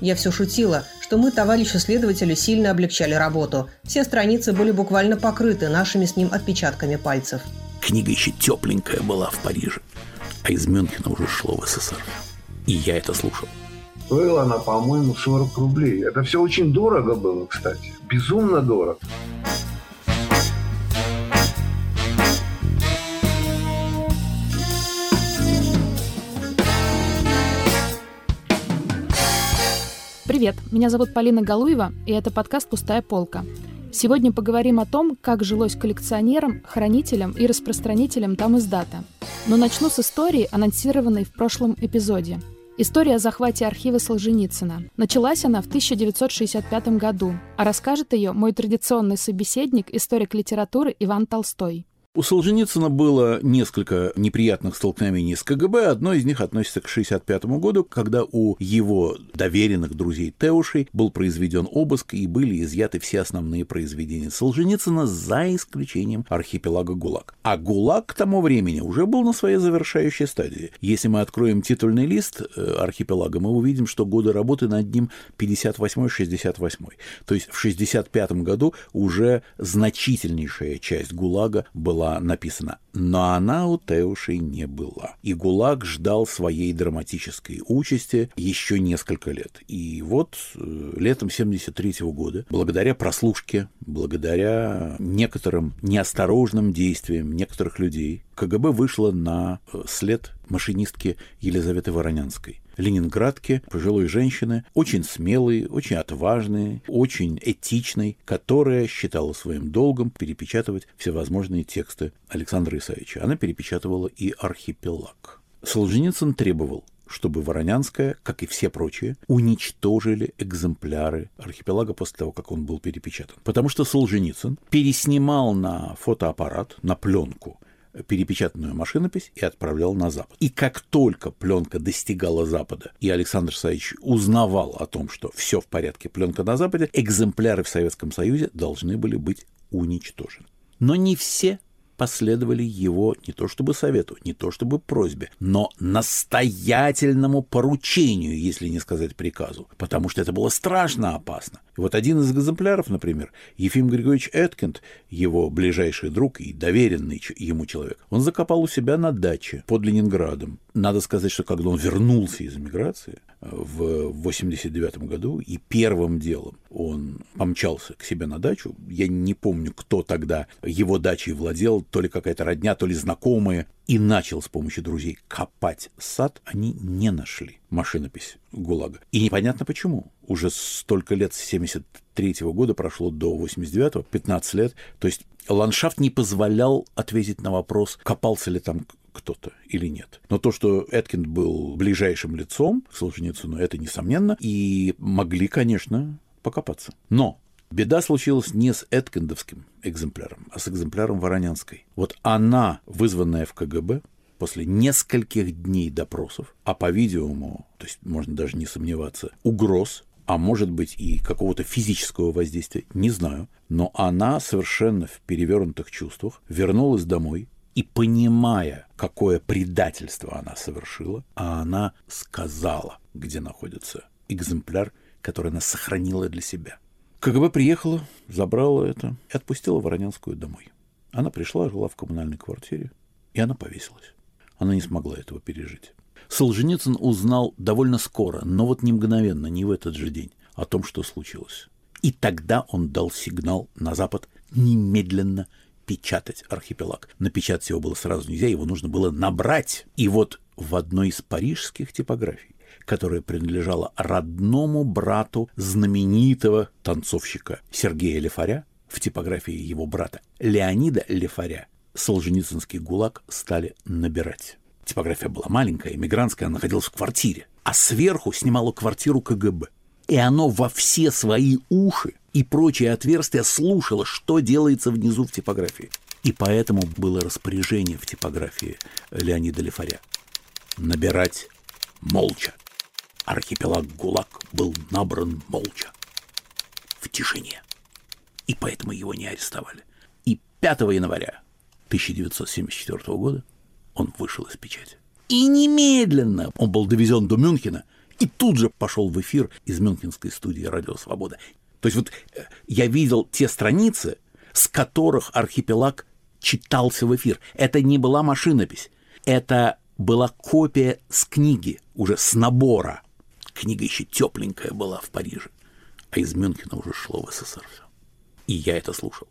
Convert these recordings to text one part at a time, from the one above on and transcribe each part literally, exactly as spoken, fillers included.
Я все шутила, что мы, товарищи следователи, сильно облегчали работу. Все страницы были буквально покрыты нашими с ним отпечатками пальцев. Книга еще тепленькая была в Париже, а из Мюнхена уже шло в СССР. И я это слушал. Стоила она, по-моему, сорок рублей. Это все очень дорого было, кстати. Безумно дорого. Привет, меня зовут Полина Галуева, и это подкаст «Пустая полка». Сегодня поговорим о том, как жилось коллекционерам, хранителям и распространителям там-издата. Но начну с истории, анонсированной в прошлом эпизоде. История о захвате архива Солженицына. Началась она в тысяча девятьсот шестьдесят пятом году, а расскажет ее мой традиционный собеседник, историк литературы Иван Толстой. У Солженицына было несколько неприятных столкновений с КГБ. Одно из них относится к шестьдесят пятому году, когда у его доверенных друзей Теушей был произведен обыск и были изъяты все основные произведения Солженицына, за исключением архипелага ГУЛАГ. А ГУЛАГ к тому времени уже был на своей завершающей стадии. Если мы откроем титульный лист архипелага, мы увидим, что годы работы над ним пятьдесят восьмой — шестьдесят восьмой. То есть в шестьдесят пятом году уже значительнейшая часть ГУЛАГа была написана, но она у Теушей не была. И ГУЛАГ ждал своей драматической участи еще несколько лет. И вот летом семьдесят третьего года, благодаря прослушке, благодаря некоторым неосторожным действиям некоторых людей, КГБ вышло на след машинистки Елизаветы Воронянской. Ленинградки, пожилой женщины, очень смелой, очень отважной, очень этичной, которая считала своим долгом перепечатывать всевозможные тексты Александра Исаевича. Она перепечатывала и архипелаг. Солженицын требовал, чтобы Воронянская, как и все прочие, уничтожили экземпляры архипелага после того, как он был перепечатан. Потому что Солженицын переснимал на фотоаппарат, на пленку, перепечатанную машинопись и отправлял на Запад. И как только пленка достигала Запада, и Александр Исаевич узнавал о том, что все в порядке, пленка на Западе, экземпляры в Советском Союзе должны были быть уничтожены. Но не все последовали его не то чтобы совету, не то чтобы просьбе, но настоятельному поручению, если не сказать приказу, потому что это было страшно опасно. И вот один из экземпляров, например, Ефим Григорьевич Эткинд, его ближайший друг и доверенный ему человек, он закопал у себя на даче под Ленинградом. Надо сказать, что когда он вернулся из эмиграции в восемьдесят девятом году, и первым делом он помчался к себе на дачу, я не помню, кто тогда его дачей владел, то ли какая-то родня, то ли знакомые, и начал с помощью друзей копать сад, они не нашли машинопись ГУЛАГа. И непонятно почему. Уже столько лет, с семьдесят третьего года прошло до восемьдесят девятого, пятнадцать лет. То есть ландшафт не позволял ответить на вопрос, копался ли там кто-то или нет. Но то, что Эткинд был ближайшим лицом к Солженицыну, это несомненно. И могли, конечно, покопаться. Но беда случилась не с эткиндовским экземпляром, а с экземпляром Воронянской. Вот она, вызванная в КГБ, после нескольких дней допросов, а по-видимому, то есть можно даже не сомневаться, угроз, а может быть и какого-то физического воздействия, не знаю, но она совершенно в перевернутых чувствах вернулась домой и, понимая, какое предательство она совершила, а она сказала, где находится экземпляр, который она сохранила для себя. КГБ приехала, забрала это и отпустила Воронянскую домой. Она пришла, жила в коммунальной квартире, и она повесилась. Она не смогла этого пережить. Солженицын узнал довольно скоро, но вот не мгновенно, не в этот же день, о том, что случилось. И тогда он дал сигнал на Запад немедленно печатать архипелаг. Напечатать его было сразу нельзя, его нужно было набрать. И вот в одной из парижских типографий, которая принадлежала родному брату знаменитого танцовщика Сергея Лефаря, в типографии его брата Леонида Лефаря, Солженицынский ГУЛАГ стали набирать. Типография была маленькая, эмигрантская, она находилась в квартире, а сверху снимало квартиру КГБ. И оно во все свои уши и прочие отверстия слушало, что делается внизу в типографии. И поэтому было распоряжение в типографии Леонида Лефаря набирать молча. Архипелаг ГУЛАГ был набран молча, в тишине. И поэтому его не арестовали. И пятого января тысяча девятьсот семьдесят четвёртого года он вышел из печати. И немедленно он был довезен до Мюнхена И тут же пошел в эфир из мюнхенской студии «Радио Свобода». То есть вот я видел те страницы, с которых архипелаг читался в эфир. Это не была машинопись, это была копия с книги, уже с набора. Книга еще тепленькая была в Париже, а из Мюнхена уже шло в СССР все. И я это слушал.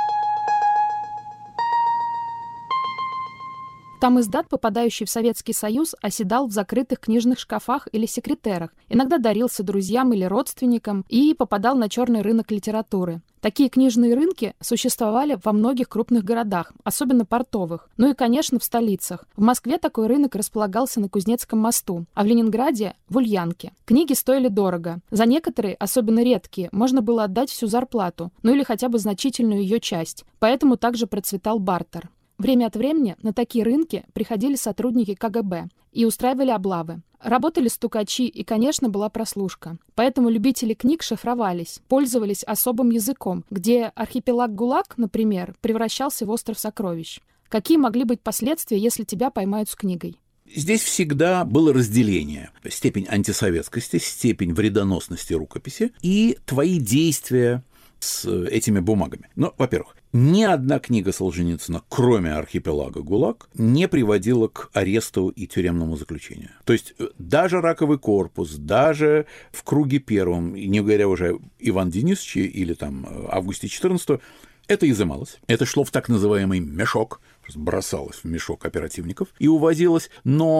Там издат, попадающий в Советский Союз, оседал в закрытых книжных шкафах или секретерах, иногда дарился друзьям или родственникам и попадал на черный рынок литературы. Такие книжные рынки существовали во многих крупных городах, особенно портовых, ну и, конечно, в столицах. В Москве такой рынок располагался на Кузнецком мосту, а в Ленинграде — в Ульянке. Книги стоили дорого. За некоторые, особенно редкие, можно было отдать всю зарплату, ну или хотя бы значительную ее часть, поэтому также процветал бартер. Время от времени на такие рынки приходили сотрудники ка гэ бэ и устраивали облавы. Работали стукачи и, конечно, была прослушка. Поэтому любители книг шифровались, пользовались особым языком, где архипелаг ГУЛАГ, например, превращался в остров сокровищ. Какие могли быть последствия, если тебя поймают с книгой? Здесь всегда было разделение. Степень антисоветскости, степень вредоносности рукописи и твои действия с этими бумагами. Ну, во-первых, ни одна книга Солженицына, кроме «Архипелага ГУЛАГ», не приводила к аресту и тюремному заключению. То есть даже «Раковый корпус», даже в «Круге первом», не говоря уже Иван Денисовиче или там Августе четырнадцатого, это изымалось. Это шло в так называемый мешок, бросалось в мешок оперативников и увозилось,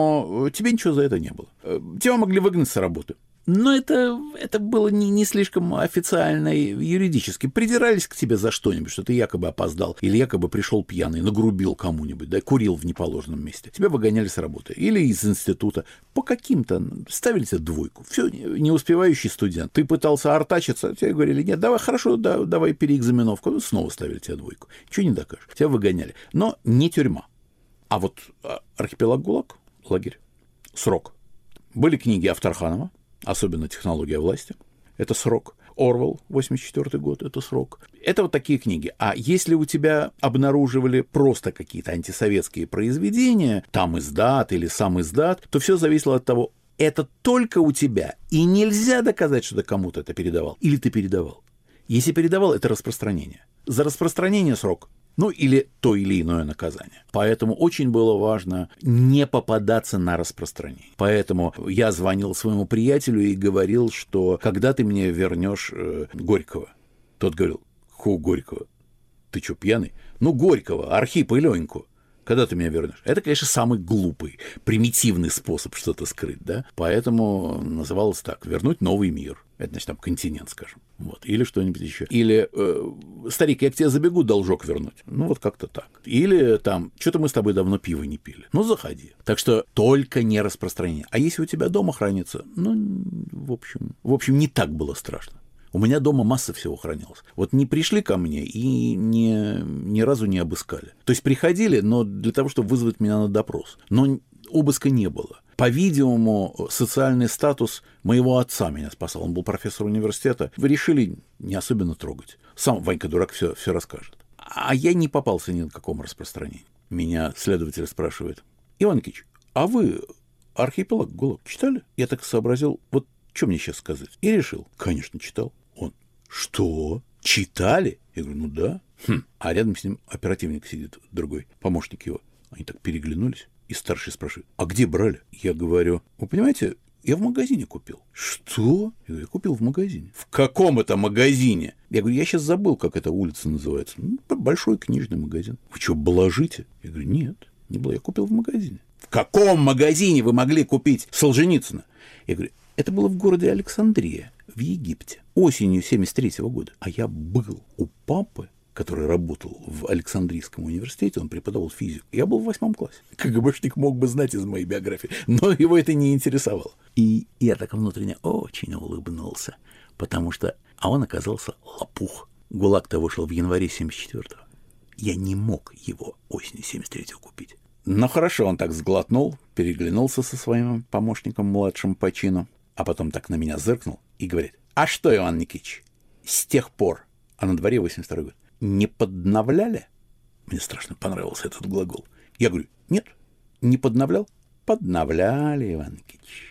но тебе ничего за это не было. Тебя могли выгнать с работы. Но это, это было не, не слишком официально и юридически. Придирались к тебе за что-нибудь, что ты якобы опоздал или якобы пришел пьяный, нагрубил кому-нибудь, да, курил в неположенном месте. Тебя выгоняли с работы или из института. По каким-то ставили тебе двойку. Все, не успевающий студент. Ты пытался артачиться, тебе говорили, нет, давай, хорошо, да, давай переэкзаменовку. Снова ставили тебе двойку. Ничего не докажешь. Тебя выгоняли. Но не тюрьма. А вот «Архипелаг ГУЛАГ», лагерь, срок. Были книги Авторханова, особенно «Технология власти». Это срок. Орвелл, восемьдесят четвёртый год, это срок. Это вот такие книги. А если у тебя обнаруживали просто какие-то антисоветские произведения, там издат или сам издат, то все зависело от того, это только у тебя, и нельзя доказать, что ты кому-то это передавал. Или ты передавал. Если передавал, это распространение. За распространение срок. Ну, или то или иное наказание. Поэтому очень было важно не попадаться на распространение. Поэтому я звонил своему приятелю и говорил, что когда ты мне вернешь э, Горького? Тот говорил, ху, Горького? Ты что, пьяный? Ну, Горького, Архипа и Леньку. Когда ты меня вернешь? Это, конечно, самый глупый, примитивный способ что-то скрыть, да? Поэтому называлось так: вернуть новый мир. Это, значит, там континент, скажем. Вот. Или что-нибудь еще. Или э, старик, я к тебе забегу должок вернуть. Ну, вот как-то так. Или там, что-то мы с тобой давно пиво не пили. Ну, заходи. Так что только не распространение. А если у тебя дома хранится, ну, в общем, в общем, не так было страшно. У меня дома масса всего хранилось. Вот не пришли ко мне и не, ни разу не обыскали. То есть приходили, но для того, чтобы вызвать меня на допрос. Но обыска не было. По-видимому, социальный статус моего отца меня спасал. Он был профессор университета. Вы решили не особенно трогать. Сам Ванька Дурак все, все расскажет. А я не попался ни на каком распространении. Меня следователь спрашивает: Иван Никитич, а вы «Архипелаг ГУЛАГ» читали? Я так сообразил, вот что мне сейчас сказать? И решил: конечно, читал. Он: что? Читали? Я говорю: ну да. Хм. А рядом с ним оперативник сидит, другой, помощник его. Они так переглянулись. И старший спрашивает: а где брали? Я говорю: вы понимаете, я в магазине купил. Что? Я говорю: я купил в магазине. В каком это магазине? Я говорю: я сейчас забыл, как эта улица называется. Ну, большой книжный магазин. Вы что, блажите? Я говорю: нет, не было, я купил в магазине. В каком магазине вы могли купить Солженицына? Я говорю: это было в городе Александрия, в Египте, осенью семьдесят третьего года. А я был у папы, который работал в Александрийском университете, он преподавал физику. Я был в восьмом классе. КГБшник мог бы знать из моей биографии, но его это не интересовало. И я так внутренне очень улыбнулся, потому что... А он оказался лопух. ГУЛАГ-то вышел в январе семьдесят четвёртого. Я не мог его осенью семьдесят третьего купить. Но хорошо, он так сглотнул, переглянулся со своим помощником младшим по чину, а потом так на меня зыркнул и говорит: а что, Иван Никитич, с тех пор, а на дворе восемьдесят второй год, не подновляли? Мне страшно понравился этот глагол. Я говорю: нет, не подновлял. Подновляли, Иван Никитич.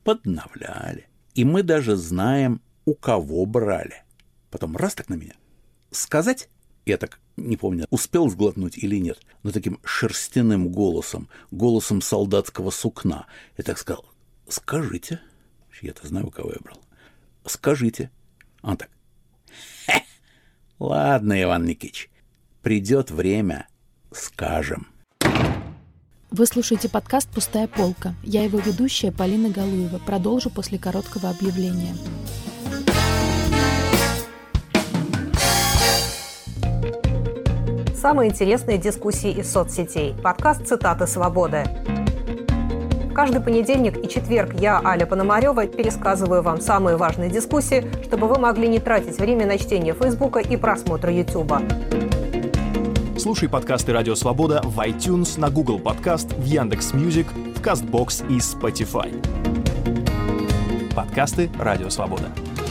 подновляли. И мы даже знаем, у кого брали. Потом раз так на меня. Сказать? Я так не помню, успел сглотнуть или нет, но таким шерстяным голосом, голосом солдатского сукна. Я так сказал: скажите. Я-то знаю, у кого я брал. Скажите. А он так: хе, ладно, Иван Никитич, придет время, скажем. Вы слушаете подкаст «Пустая полка». Я его ведущая Полина Галуева. Продолжу после короткого объявления. Самые интересные дискуссии из соцсетей. Подкаст «Цитаты свободы». Каждый понедельник и четверг я, Аля Пономарева, пересказываю вам самые важные дискуссии, чтобы вы могли не тратить время на чтение Фейсбука и просмотра Ютуба. Слушай подкасты «Радио Свобода» в iTunes, на Google Подкаст, в Яндекс.Мьюзик, в Кастбокс и Spotify. Подкасты «Радио Свобода».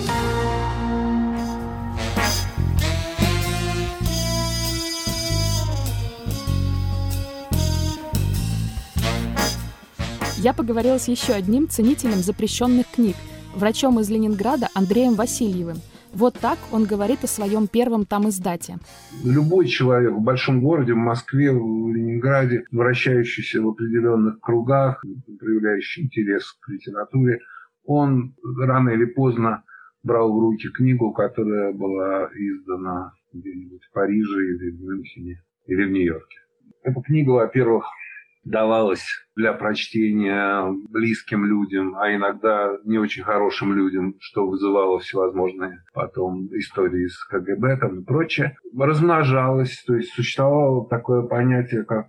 Я поговорила с еще одним ценителем запрещенных книг, врачом из Ленинграда Андреем Васильевым. Вот так он говорит о своем первом тамиздате. Любой человек в большом городе, в Москве, в Ленинграде, вращающийся в определенных кругах, проявляющий интерес к литературе, он рано или поздно брал в руки книгу, которая была издана где-нибудь в Париже или в Мюнхене или в Нью-Йорке. Эта книга, во-первых, давалась для прочтения близким людям, а иногда не очень хорошим людям, что вызывало всевозможные потом истории с КГБ там, и прочее. Размножалась, то есть существовало такое понятие, как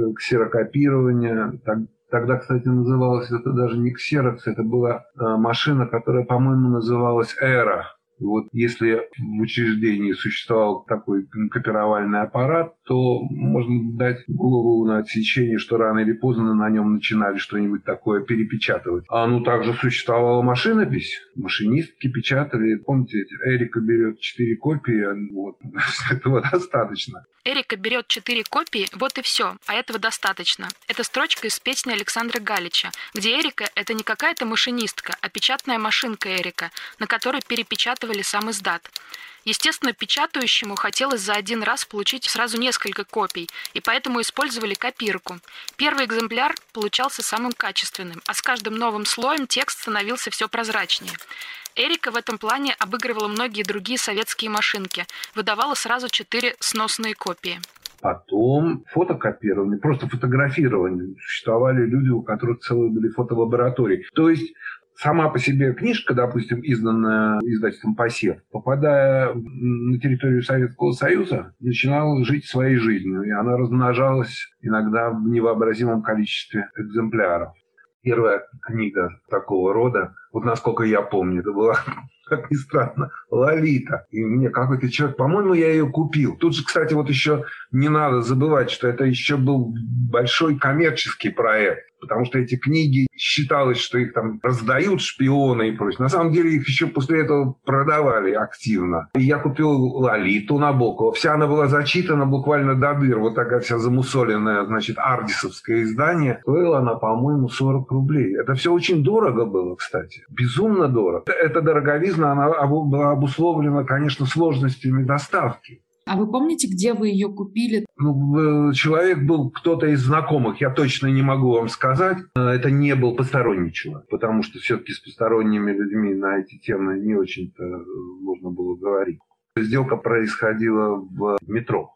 ксерокопирование. Тогда, кстати, называлось это даже не ксерокс, это была машина, которая, по-моему, называлась «Эра». И вот если в учреждении существовал такой копировальный аппарат, то можно дать голову на отсечение, что рано или поздно на нем начинали что-нибудь такое перепечатывать. А ну также существовала машинопись. Машинистки печатали. Помните, Эрика берет четыре копии, вот, этого достаточно. Эрика берет четыре копии, вот и все, а этого достаточно. Это строчка из песни Александра Галича, где Эрика – это не какая-то машинистка, а печатная машинка Эрика, на которой перепечатывали сам издат. Естественно, печатающему хотелось за один раз получить сразу несколько копий, и поэтому использовали копирку. Первый экземпляр получался самым качественным, а с каждым новым слоем текст становился все прозрачнее. Эрика в этом плане обыгрывала многие другие советские машинки, выдавала сразу четыре сносные копии. Потом фотокопирование, просто фотографирование. Существовали люди, у которых целые были фотолаборатории. То есть сама по себе книжка, допустим, изданная издательством «Посев», попадая на территорию Советского Союза, начинала жить своей жизнью, и она размножалась иногда в невообразимом количестве экземпляров. Первая книга такого рода, вот насколько я помню, это была, как ни странно, «Лолита». И мне какой-то человек, по-моему, я ее купил. Тут же, кстати, вот еще не надо забывать, что это еще был большой коммерческий проект. Потому что эти книги, считалось, что их там раздают шпионы и прочее. На самом деле их еще после этого продавали активно. И я купил «Лолиту» Набокова. Вся она была зачитана буквально до дыр. Вот такая вся замусоленная, значит, ардисовское издание. Стоила она, по-моему, сорок рублей. Это все очень дорого было, кстати. Безумно дорого. Эта дороговизна, она была обусловлена, конечно, сложностями доставки. А вы помните, где вы ее купили? Ну, человек был кто-то из знакомых, я точно не могу вам сказать. Это не был посторонний человек, потому что все-таки с посторонними людьми на эти темы не очень-то можно было говорить. Сделка происходила в метро,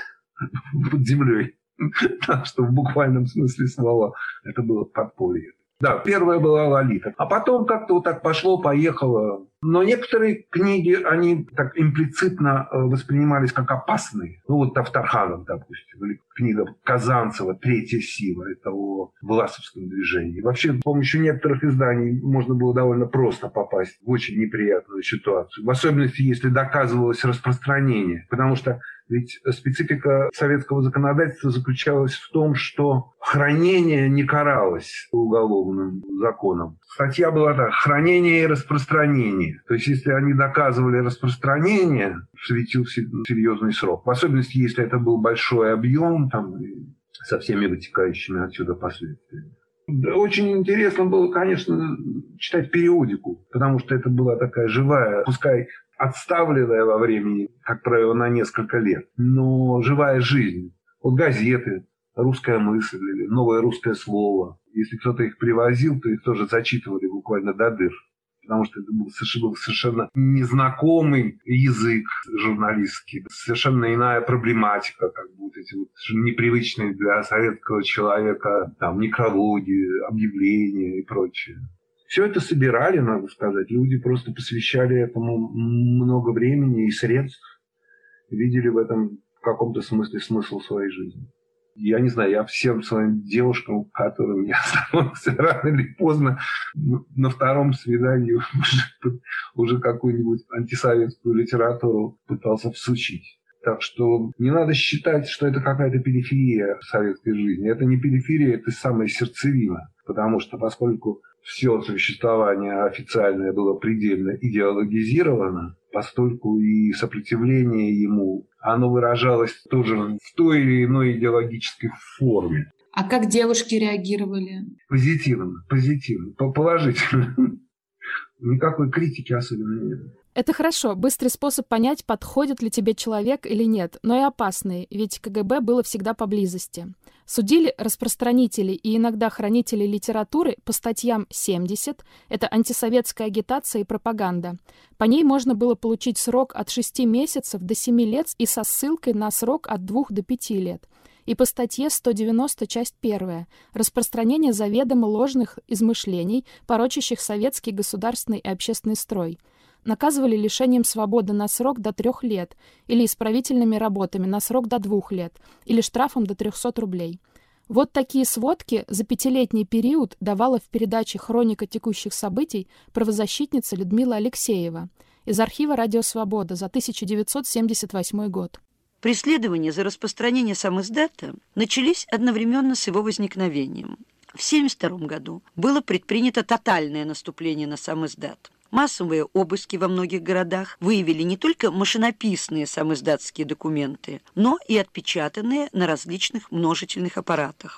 под землей. Так что в буквальном смысле слова это было подполье. Да, первая была «Лолита». А потом как-то вот так пошло-поехало. Но некоторые книги, они так имплицитно воспринимались как опасные. Ну вот Тавторханов, допустим, или книга Казанцева «Третья сила». Это о власовском движении. Вообще, с помощью некоторых изданий можно было довольно просто попасть в очень неприятную ситуацию. В особенности, если доказывалось распространение. Потому что ведь специфика советского законодательства заключалась в том, что хранение не каралось уголовным законом. Статья была так: хранение и распространение. То есть, если они доказывали распространение, светил серьезный срок. В особенности, если это был большой объем там, со всеми вытекающими отсюда последствиями. Очень интересно было, конечно, читать периодику, потому что это была такая живая, пускай отставленная во времени, как правило, на несколько лет, но живая жизнь. Вот газеты, «Русская мысль» или «Новое русское слово». Если кто-то их привозил, то их тоже зачитывали буквально до дыр. Потому что это был совершенно незнакомый язык журналистский, совершенно иная проблематика, как бы вот эти вот непривычные для советского человека там, некрологи, объявления и прочее. Все это собирали, надо сказать. Люди просто посвящали этому много времени и средств, видели в этом в каком-то смысле смысл своей жизни. Я не знаю, я всем своим девушкам, которым я остановился рано или поздно, на втором свидании уже, уже какую-нибудь антисоветскую литературу пытался всучить. Так что не надо считать, что это какая-то периферия советской жизни. Это не периферия, это самая сердцевина. Потому что поскольку все существование официальное было предельно идеологизировано, постольку и сопротивление ему, оно выражалось тоже в той или иной идеологической форме. А как девушки реагировали? Позитивно, позитивно, положительно. Никакой критики особенно нет. Это хорошо, быстрый способ понять, подходит ли тебе человек или нет, но и опасный, ведь КГБ было всегда поблизости. Судили распространители и иногда хранители литературы по статьям семьдесят, это антисоветская агитация и пропаганда. По ней можно было получить срок от шести месяцев до семи лет и со ссылкой на срок от двух до пяти лет. И по статье сто девяносто, часть первая, распространение заведомо ложных измышлений, порочащих советский государственный и общественный строй. Наказывали лишением свободы на срок до трех лет или исправительными работами на срок до двух лет или штрафом до трехсот рублей. Вот такие сводки за пятилетний период давала в передаче «Хроника текущих событий» правозащитница Людмила Алексеева из архива «Радио Свобода» за тысяча девятьсот семьдесят восьмой год. Преследования за распространение самиздата начались одновременно с его возникновением. В тысяча девятьсот семьдесят втором году было предпринято тотальное наступление на самиздат. Массовые обыски во многих городах выявили не только машинописные самиздатские документы, но и отпечатанные на различных множительных аппаратах.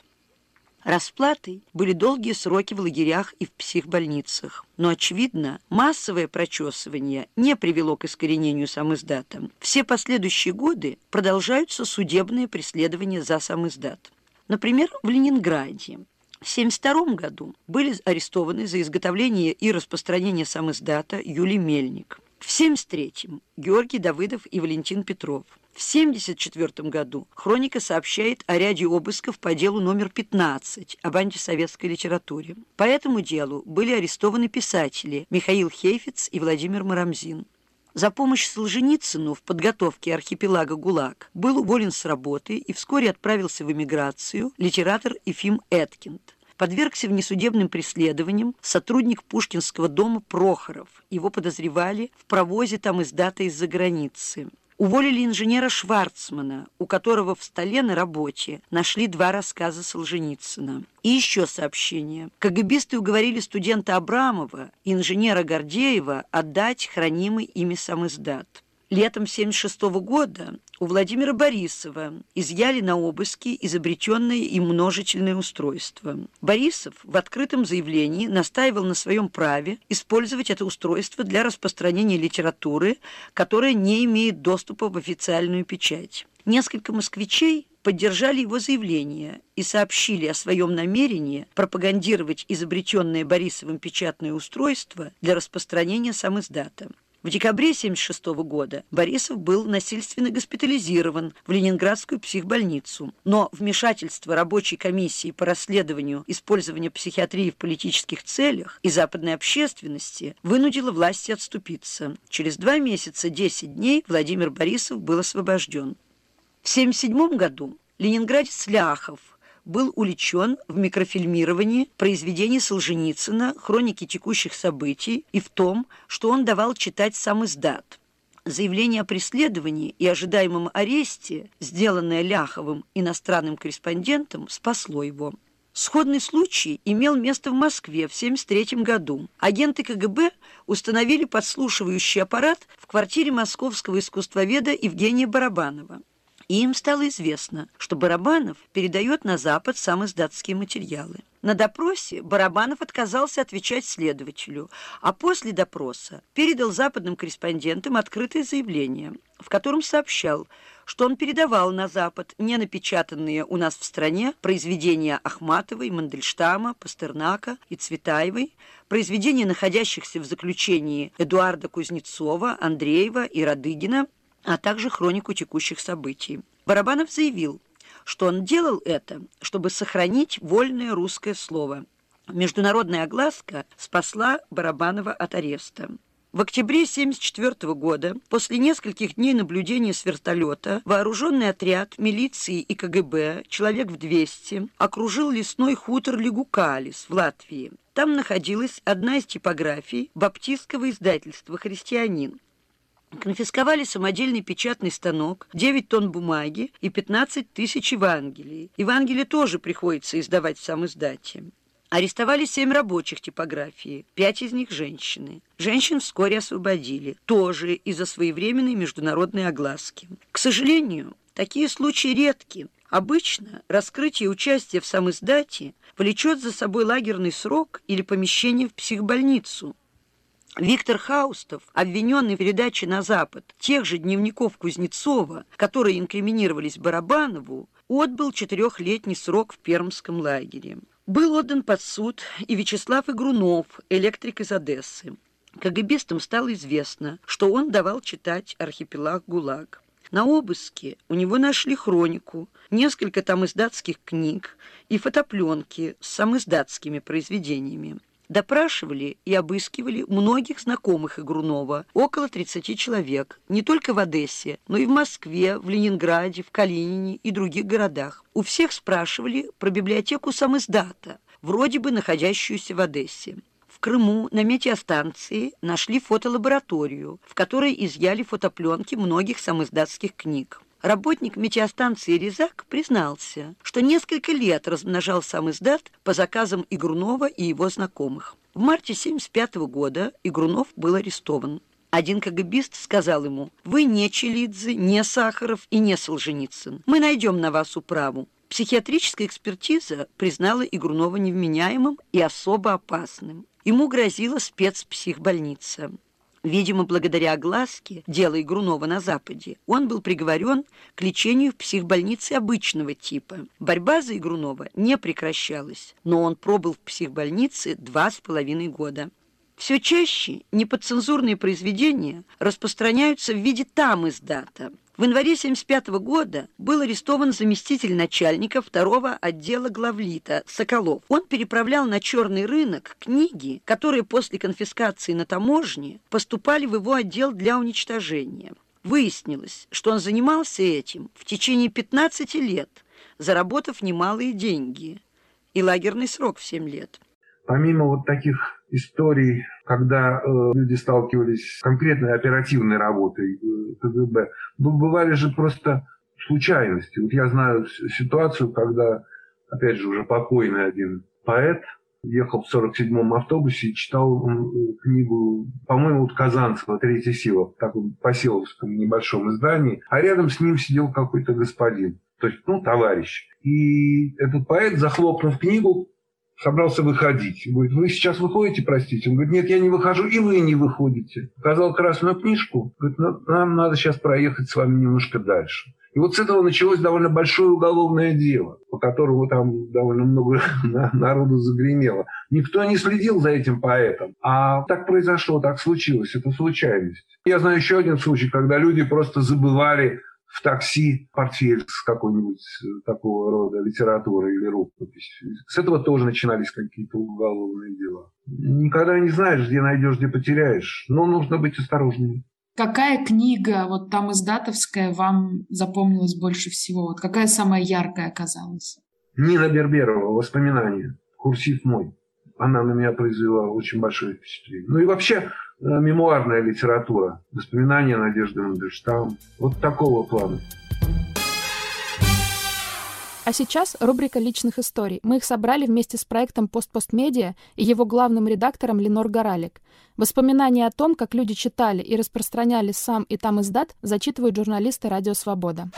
Расплатой были долгие сроки в лагерях и в психбольницах. Но, очевидно, массовое прочесывание не привело к искоренению самиздата. Все последующие годы продолжаются судебные преследования за самиздат. Например, в Ленинграде. В тысяча девятьсот семьдесят втором году были арестованы за изготовление и распространение самиздата Юлий Мельник. В тысяча девятьсот семьдесят третьем Георгий Давыдов и Валентин Петров. В тысяча девятьсот семьдесят четвёртом году хроника сообщает о ряде обысков по делу номер пятнадцать об антисоветской литературе. По этому делу были арестованы писатели Михаил Хейфиц и Владимир Марамзин. За помощь Солженицыну в подготовке архипелага ГУЛАГ был уволен с работы и вскоре отправился в эмиграцию литератор Ефим Эткинд. Подвергся внесудебным преследованиям сотрудник Пушкинского дома Прохоров. Его подозревали в провозе тамиздата из-за границы. Уволили инженера Шварцмана, у которого в столе на работе нашли два рассказа Солженицына. И еще сообщение. КГБисты уговорили студента Абрамова и инженера Гордеева отдать хранимый ими самиздат. Летом тысяча девятьсот семьдесят шестого года у Владимира Борисова изъяли на обыски изобретенное им множительное устройство. Борисов в открытом заявлении настаивал на своем праве использовать это устройство для распространения литературы, которая не имеет доступа в официальную печать. Несколько москвичей поддержали его заявление и сообщили о своем намерении пропагандировать изобретенное Борисовым печатное устройство для распространения самиздата. В декабре тысяча девятьсот семьдесят шестого года Борисов был насильственно госпитализирован в Ленинградскую психбольницу, но вмешательство рабочей комиссии по расследованию использования психиатрии в политических целях и западной общественности вынудило власти отступиться. Через два месяца десять дней Владимир Борисов был освобожден. В тысяча девятьсот семьдесят седьмом году ленинградец Ляхов был уличен в микрофильмировании произведений Солженицына «Хроники текущих событий» и в том, что он давал читать самиздат. Заявление о преследовании и ожидаемом аресте, сделанное Ляховым иностранным корреспондентом, спасло его. Сходный случай имел место в Москве в тысяча девятьсот семьдесят третьем году. Агенты КГБ установили подслушивающий аппарат в квартире московского искусствоведа Евгения Барабанова. И им стало известно, что Барабанов передает на Запад самиздатские материалы. На допросе Барабанов отказался отвечать следователю, а после допроса передал западным корреспондентам открытое заявление, в котором сообщал, что он передавал на Запад не напечатанные у нас в стране произведения Ахматовой, Мандельштама, Пастернака и Цветаевой, произведения находящихся в заключении Эдуарда Кузнецова, Андреева и Радыгина, а также хронику текущих событий. Барабанов заявил, что он делал это, чтобы сохранить вольное русское слово. Международная огласка спасла Барабанова от ареста. В октябре тысяча девятьсот семьдесят четвёртого года, после нескольких дней наблюдения с вертолета, вооруженный отряд милиции и ка гэ бэ, человек в двести, окружил лесной хутор Лигукалис в Латвии. Там находилась одна из типографий баптистского издательства «Христианин». Конфисковали самодельный печатный станок, девять тонн бумаги и пятнадцать тысяч Евангелий. Евангелие тоже приходится издавать в самиздате. Арестовали семь рабочих типографии, пять из них женщины. Женщин вскоре освободили, тоже из-за своевременной международной огласки. К сожалению, такие случаи редки. Обычно раскрытие участия в самиздате влечет за собой лагерный срок или помещение в психбольницу. Виктор Хаустов, обвиненный в передаче на Запад тех же дневников Кузнецова, которые инкриминировались Барабанову, отбыл четырехлетний срок в Пермском лагере. Был отдан под суд и Вячеслав Игрунов, электрик из Одессы. КГБистам стало известно, что он давал читать «Архипелаг ГУЛАГ». На обыске у него нашли хронику, несколько тамиздатских книг и фотопленки с самиздатскими произведениями. Допрашивали и обыскивали многих знакомых Игрунова, около тридцати человек, не только в Одессе, но и в Москве, в Ленинграде, в Калинине и других городах. У всех спрашивали про библиотеку самиздата, вроде бы находящуюся в Одессе. В Крыму на метеостанции нашли фотолабораторию, в которой изъяли фотопленки многих самиздатских книг. Работник метеостанции «Резак» признался, что несколько лет размножал самиздат по заказам Игрунова и его знакомых. В марте тысяча девятьсот семьдесят пятого года Игрунов был арестован. Один КГБист сказал ему: «Вы не Челидзе, не Сахаров и не Солженицын. Мы найдем на вас управу». Психиатрическая экспертиза признала Игрунова невменяемым и особо опасным. Ему грозила спецпсихбольница. Видимо, благодаря огласке дела Игрунова на Западе, он был приговорен к лечению в психбольнице обычного типа. Борьба за Игрунова не прекращалась, но он пробыл в психбольнице два с половиной года. Все чаще неподцензурные произведения распространяются в виде тамиздата. В январе тысяча девятьсот семьдесят пятого года был арестован заместитель начальника второго отдела главлита Соколов. Он переправлял на черный рынок книги, которые после конфискации на таможне поступали в его отдел для уничтожения. Выяснилось, что он занимался этим в течение пятнадцати лет, заработав немалые деньги, и лагерный срок в семь лет. Помимо вот таких историй, когда э, люди сталкивались с конкретной оперативной работой э, КГБ, бывали же просто случайности. Вот я знаю ситуацию, когда, опять же, уже покойный один поэт ехал в сорок седьмом автобусе и читал э, книгу, по-моему, вот Казанцева «Третья сила», в таком поселковском небольшом издании, а рядом с ним сидел какой-то господин, то есть, ну, товарищ. И этот поэт, захлопнув книгу, собрался выходить. Говорит: «Вы сейчас выходите, простите?» Он говорит: «Нет, я не выхожу, и вы не выходите». Показал красную книжку. Говорит: «Нам надо сейчас проехать с вами немножко дальше». И вот с этого началось довольно большое уголовное дело, по которому там довольно много народу загремело. Никто не следил за этим поэтом. А так произошло, так случилось. Это случайность. Я знаю еще один случай, когда люди просто забывали в такси портфель с какой-нибудь такого рода литературой или рукопись. С этого тоже начинались какие-то уголовные дела. Никогда не знаешь, где найдешь, где потеряешь. Но нужно быть осторожнее. Какая книга, вот там издатовская, вам запомнилась больше всего? Вот какая самая яркая оказалась? Нина Берберова «Воспоминания». Курсив мой. Она на меня произвела очень большое впечатление. Ну и вообще мемуарная литература. Воспоминания Надежды Мандельштам. Вот такого плана. А сейчас рубрика личных историй. Мы их собрали вместе с проектом «Пост-Постмедиа» и его главным редактором Ленор Горалик. Воспоминания о том, как люди читали и распространяли сам и тамиздат, зачитывают журналисты «Радио Свобода».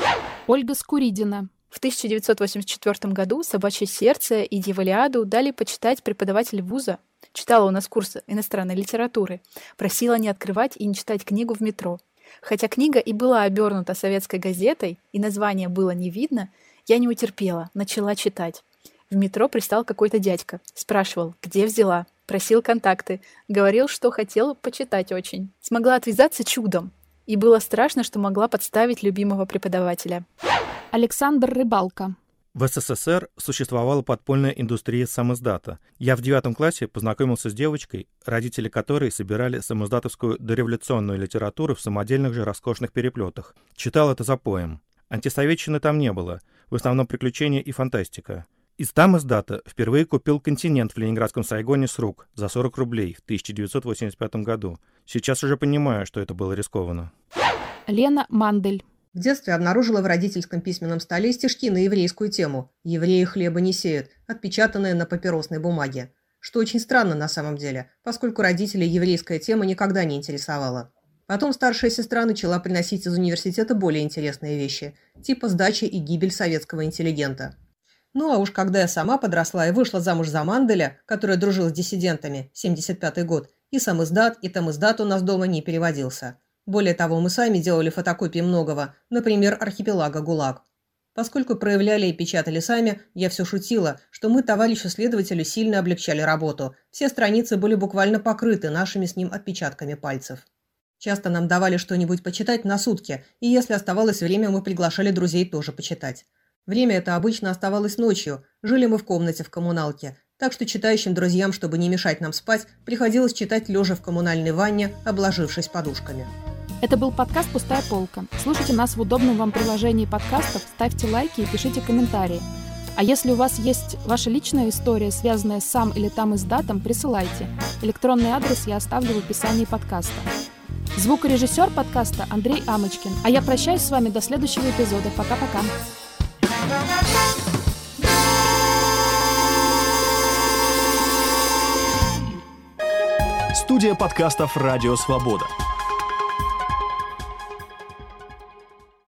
Ольга Скуридина. В тысяча девятьсот восемьдесят четвёртом году «Собачье сердце» и «Дьяволиаду» дали почитать преподаватель вуза. Читала у нас курс иностранной литературы. Просила не открывать и не читать книгу в метро. Хотя книга и была обернута советской газетой, и название было не видно, я не утерпела, начала читать. В метро пристал какой-то дядька. Спрашивал, где взяла. Просил контакты. Говорил, что хотел почитать очень. Смогла отвязаться чудом. И было страшно, что могла подставить любимого преподавателя. Александр Рыбалка. В СССР существовала подпольная индустрия самиздата. Я в девятом классе познакомился с девочкой, родители которой собирали самиздатовскую дореволюционную литературу в самодельных же роскошных переплетах. Читал это запоем. Антисоветчины там не было, в основном приключения и фантастика. Из самиздата впервые купил «Континент» в ленинградском Сайгоне с рук за сорок рублей в тысяча девятьсот восемьдесят пятом году. Сейчас уже понимаю, что это было рискованно. Лена Мандель. В детстве обнаружила в родительском письменном столе стишки на еврейскую тему «Евреи хлеба не сеют», отпечатанные на папиросной бумаге. Что очень странно на самом деле, поскольку родителей еврейская тема никогда не интересовала. Потом старшая сестра начала приносить из университета более интересные вещи, типа сдачи и гибель советского интеллигента. Ну а уж когда я сама подросла и вышла замуж за Манделя, который дружил с диссидентами, семьдесят пятый год, и самиздат, и тамиздат у нас дома не переводился. Более того, мы сами делали фотокопии многого, например, архипелага ГУЛАГ. Поскольку проявляли и печатали сами, я все шутила, что мы товарищу-следователю сильно облегчали работу. Все страницы были буквально покрыты нашими с ним отпечатками пальцев. Часто нам давали что-нибудь почитать на сутки, и если оставалось время, мы приглашали друзей тоже почитать. Время это обычно оставалось ночью, жили мы в комнате в коммуналке, так что читающим друзьям, чтобы не мешать нам спать, приходилось читать лежа в коммунальной ванне, обложившись подушками. Это был подкаст «Пустая полка». Слушайте нас в удобном вам приложении подкастов, ставьте лайки и пишите комментарии. А если у вас есть ваша личная история, связанная с сам или тамиздатом, присылайте. Электронный адрес я оставлю в описании подкаста. Звукорежиссер подкаста Андрей Амочкин. А я прощаюсь с вами до следующего эпизода. Пока-пока. Студия подкастов «Радио Свобода».